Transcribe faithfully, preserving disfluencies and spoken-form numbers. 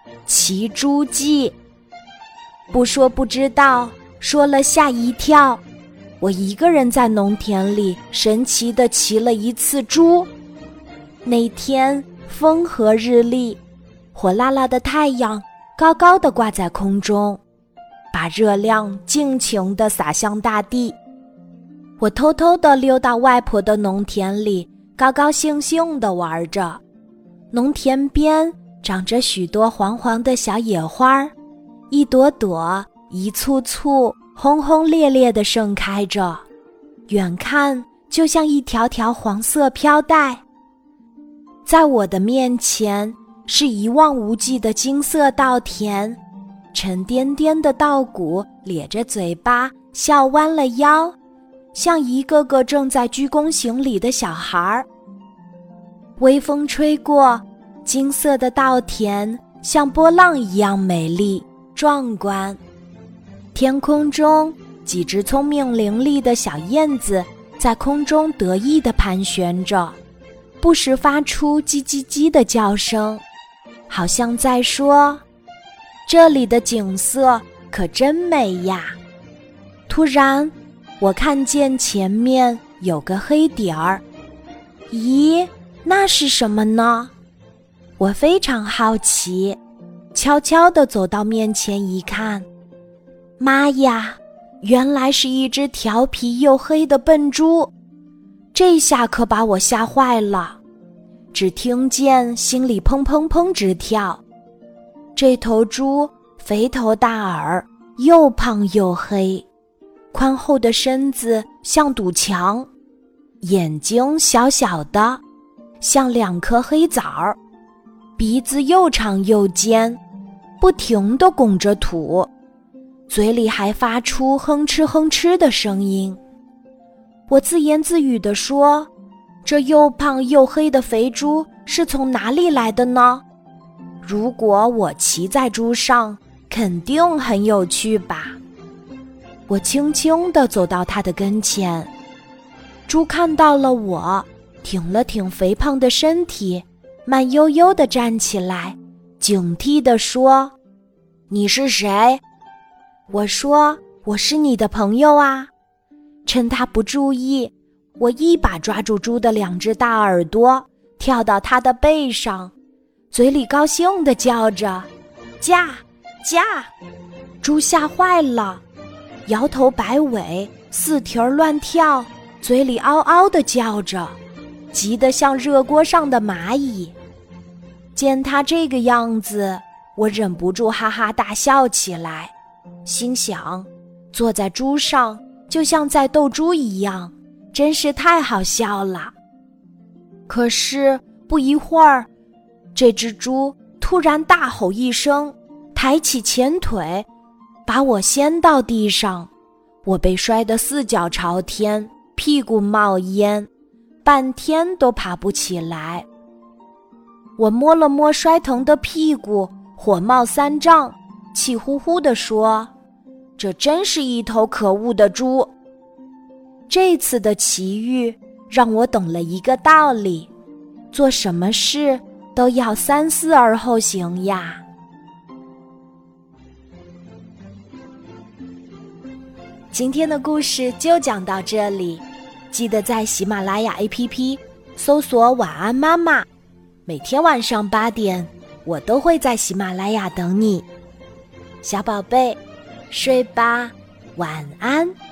骑猪记。不说不知道，说了吓一跳。我一个人在农田里神奇地骑了一次猪。那天风和日丽，火辣辣的太阳高高地挂在空中，把热量尽情地洒向大地。我偷偷地溜到外婆的农田里，高高兴兴地玩着。农田边长着许多黄黄的小野花，一朵朵一簇簇轰轰烈烈地盛开着，远看就像一条条黄色飘带。在我的面前是一望无际的金色稻田，沉甸甸的稻谷咧着嘴巴，笑弯了腰，像一个个正在鞠躬行礼的小孩。微风吹过，金色的稻田像波浪一样美丽壮观。天空中几只聪明伶俐的小燕子在空中得意地盘旋着，不时发出叽叽叽的叫声，好像在说，这里的景色可真美呀。突然我看见前面有个黑点儿，咦，那是什么呢？我非常好奇，悄悄地走到面前一看，妈呀，原来是一只调皮又黑的笨猪。这下可把我吓坏了，只听见心里砰砰砰直跳。这头猪肥头大耳，又胖又黑，宽厚的身子像堵墙，眼睛小小的，像两颗黑枣儿，鼻子又长又尖，不停地拱着土，嘴里还发出哼哧哼哧的声音。我自言自语地说，这又胖又黑的肥猪是从哪里来的呢？如果我骑在猪上，肯定很有趣吧。我轻轻地走到它的跟前，猪看到了我，挺了挺肥胖的身体，慢悠悠地站起来，警惕地说，你是谁？我说，我是你的朋友啊。趁他不注意，我一把抓住猪的两只大耳朵，跳到他的背上，嘴里高兴地叫着，驾驾！猪吓坏了，摇头摆尾，四蹄儿乱跳，嘴里嗷嗷地叫着，急得像热锅上的蚂蚁。见他这个样子，我忍不住哈哈大笑起来，心想，坐在猪上就像在斗猪一样，真是太好笑了。可是不一会儿，这只猪突然大吼一声，抬起前腿，把我掀到地上，我被摔得四脚朝天，屁股冒烟，半天都爬不起来。我摸了摸摔疼的屁股，火冒三丈，气呼呼地说，这真是一头可恶的猪。这次的奇遇让我懂了一个道理，做什么事都要三思而后行呀。今天的故事就讲到这里，记得在喜马拉雅 A P P 搜索晚安妈妈，每天晚上八点，我都会在喜马拉雅等你。小宝贝，睡吧，晚安。